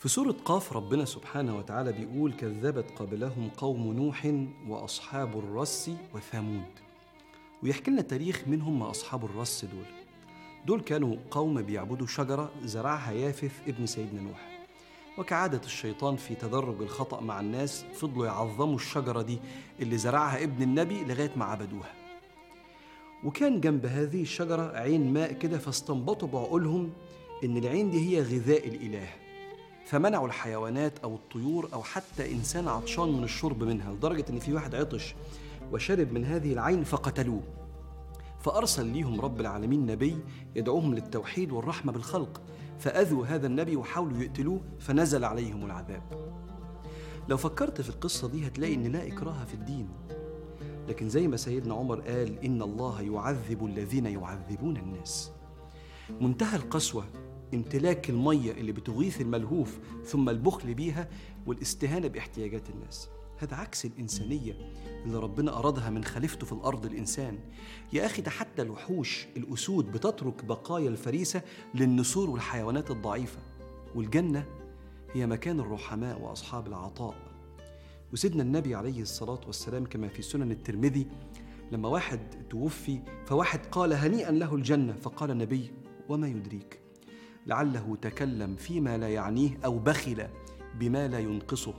في سورة قاف ربنا سبحانه وتعالى بيقول كذبت قبلهم قوم نوح وأصحاب الرس وثمود، ويحكي لنا تاريخ من هم أصحاب الرس دول كانوا قوم بيعبدوا شجرة زرعها يافث ابن سيدنا نوح. وكعادة الشيطان في تدرج الخطأ مع الناس فضلوا يعظموا الشجرة دي اللي زرعها ابن النبي لغاية ما عبدوها. وكان جنب هذه الشجرة عين ماء كده، فاستنبطوا بعقولهم إن العين دي هي غذاء الإله، فمنعوا الحيوانات أو الطيور أو حتى إنسان عطشان من الشرب منها، لدرجة إن في واحد عطش وشرب من هذه العين فقتلوه. فأرسل ليهم رب العالمين نبي يدعوهم للتوحيد والرحمة بالخلق، فأذوا هذا النبي وحاولوا يقتلوه فنزل عليهم العذاب. لو فكرت في القصة دي هتلاقي إن لا إكراه في الدين، لكن زي ما سيدنا عمر قال إن الله يعذب الذين يعذبون الناس. منتهى القسوة امتلاك المية اللي بتغيث الملهوف، ثم البخل بيها والاستهانة باحتياجات الناس. هذا عكس الإنسانية اللي ربنا أرادها من خليفته في الأرض الإنسان. يا أخي ده حتى الوحوش الأسود بتترك بقايا الفريسة للنسور والحيوانات الضعيفة. والجنة هي مكان الرحماء وأصحاب العطاء. وسيدنا النبي عليه الصلاة والسلام كما في سنن الترمذي لما واحد توفي فواحد قال هنيئا له الجنة، فقال النبي وما يدريك لعله تكلم فيما لا يعنيه أو بخل بما لا ينقصه.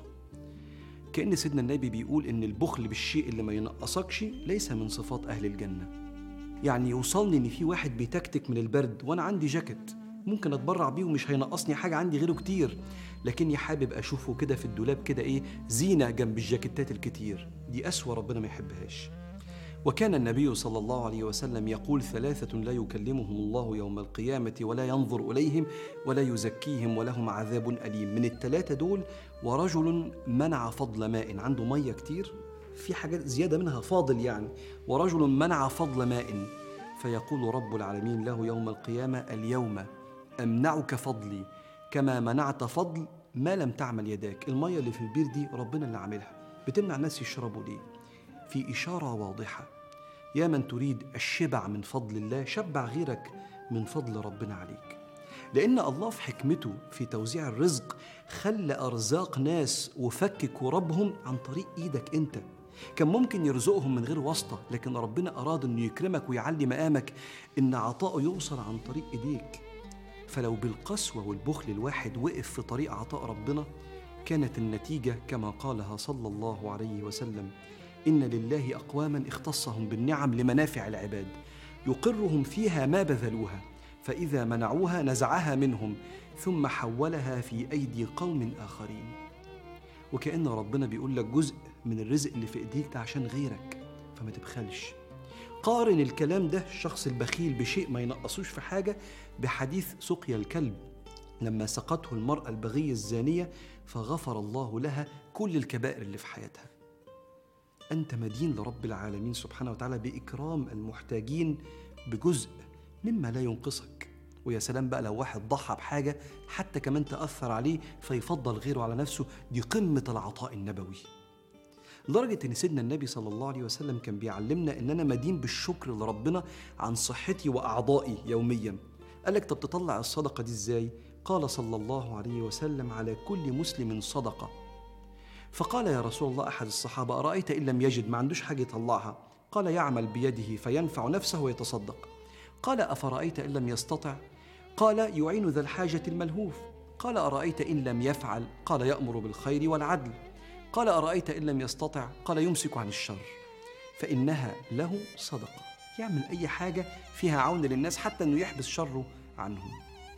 كأن سيدنا النبي بيقول إن البخل بالشيء اللي ما ينقصكش ليس من صفات أهل الجنة. يعني يوصلني إن في واحد بيتكتك من البرد وأنا عندي جاكيت ممكن أتبرع بيه ومش هينقصني حاجة، عندي غيره كتير، لكني حابب أشوفه كده في الدولاب كده زينة جنب الجاكيتات الكتير. دي أسوأ ربنا ما يحبهاش. وكان النبي صلى الله عليه وسلم يقول ثلاثة لا يكلمهم الله يوم القيامة ولا ينظر إليهم ولا يزكيهم ولهم عذاب أليم. من الثلاثة دول ورجل منع فضل ماء، عنده مية كتير في حاجات زيادة منها فاضل يعني، ورجل منع فضل ماء فيقول رب العالمين له يوم القيامة اليوم أمنعك فضلي كما منعت فضل ما لم تعمل يداك. المية اللي في البير دي ربنا اللي عاملها، بتمنع الناس يشربوا ليه؟ في إشارة واضحة يا من تريد الشبع من فضل الله شبع غيرك من فضل ربنا عليك. لأن الله في حكمته في توزيع الرزق خلى أرزاق ناس وفك كربهم عن طريق إيدك أنت. كان ممكن يرزقهم من غير واسطة، لكن ربنا أراد أنه يكرمك ويعلي مقامك إن عطاؤه يوصل عن طريق إيديك. فلو بالقسوة والبخل الواحد وقف في طريق عطاء ربنا كانت النتيجة كما قالها صلى الله عليه وسلم إن لله أقواما اختصهم بالنعم لمنافع العباد يقرهم فيها ما بذلوها، فإذا منعوها نزعها منهم ثم حولها في أيدي قوم آخرين. وكأن ربنا بيقول لك جزء من الرزق اللي في إيديك ده عشان غيرك، فما تبخلش. قارن الكلام ده الشخص البخيل بشيء ما ينقصوش في حاجة بحديث سقيا الكلب لما سقته المرأة البغية الزانية فغفر الله لها كل الكبائر اللي في حياتها. أنت مدين لرب العالمين سبحانه وتعالى بإكرام المحتاجين بجزء مما لا ينقصك. ويا سلام بقى لو واحد ضحى بحاجة حتى كمان تأثر عليه فيفضل غيره على نفسه، دي قمة العطاء النبوي. لدرجة أن سيدنا النبي صلى الله عليه وسلم كان بيعلمنا أننا مدين بالشكر لربنا عن صحتي وأعضائي يوميا. قالك طب تطلع الصدقة دي إزاي؟ قال صلى الله عليه وسلم على كل مسلم صدقة. فقال يا رسول الله أحد الصحابة أرأيت إن لم يجد، ما عندوش حاجة يطلعها؟ قال يعمل بيده فينفع نفسه ويتصدق. قال أفرأيت إن لم يستطع؟ قال يعين ذا الحاجة الملهوف. قال أرأيت إن لم يفعل؟ قال يأمر بالخير والعدل. قال أرأيت إن لم يستطع؟ قال يمسك عن الشر فإنها له صدقة. يعمل أي حاجة فيها عون للناس حتى أنه يحبس شره عنهم.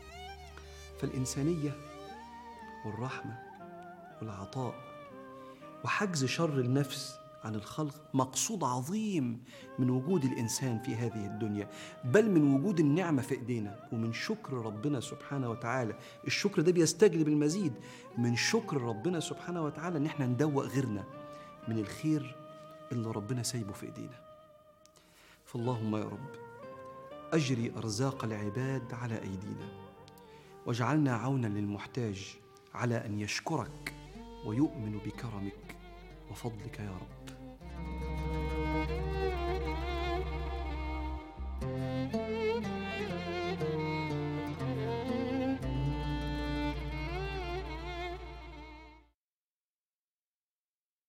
فالإنسانية والرحمة والعطاء وحجز شر النفس عن الخلق مقصود عظيم من وجود الإنسان في هذه الدنيا، بل من وجود النعمة في إيدينا ومن شكر ربنا سبحانه وتعالى. الشكر ده بيستجلب المزيد من شكر ربنا سبحانه وتعالى إن احنا ندوق غيرنا من الخير اللي ربنا سايبه في إيدينا. فاللهم يا رب أجري أرزاق العباد على أيدينا واجعلنا عونا للمحتاج على أن يشكرك ويؤمن بكرمك وفضلك يا رب.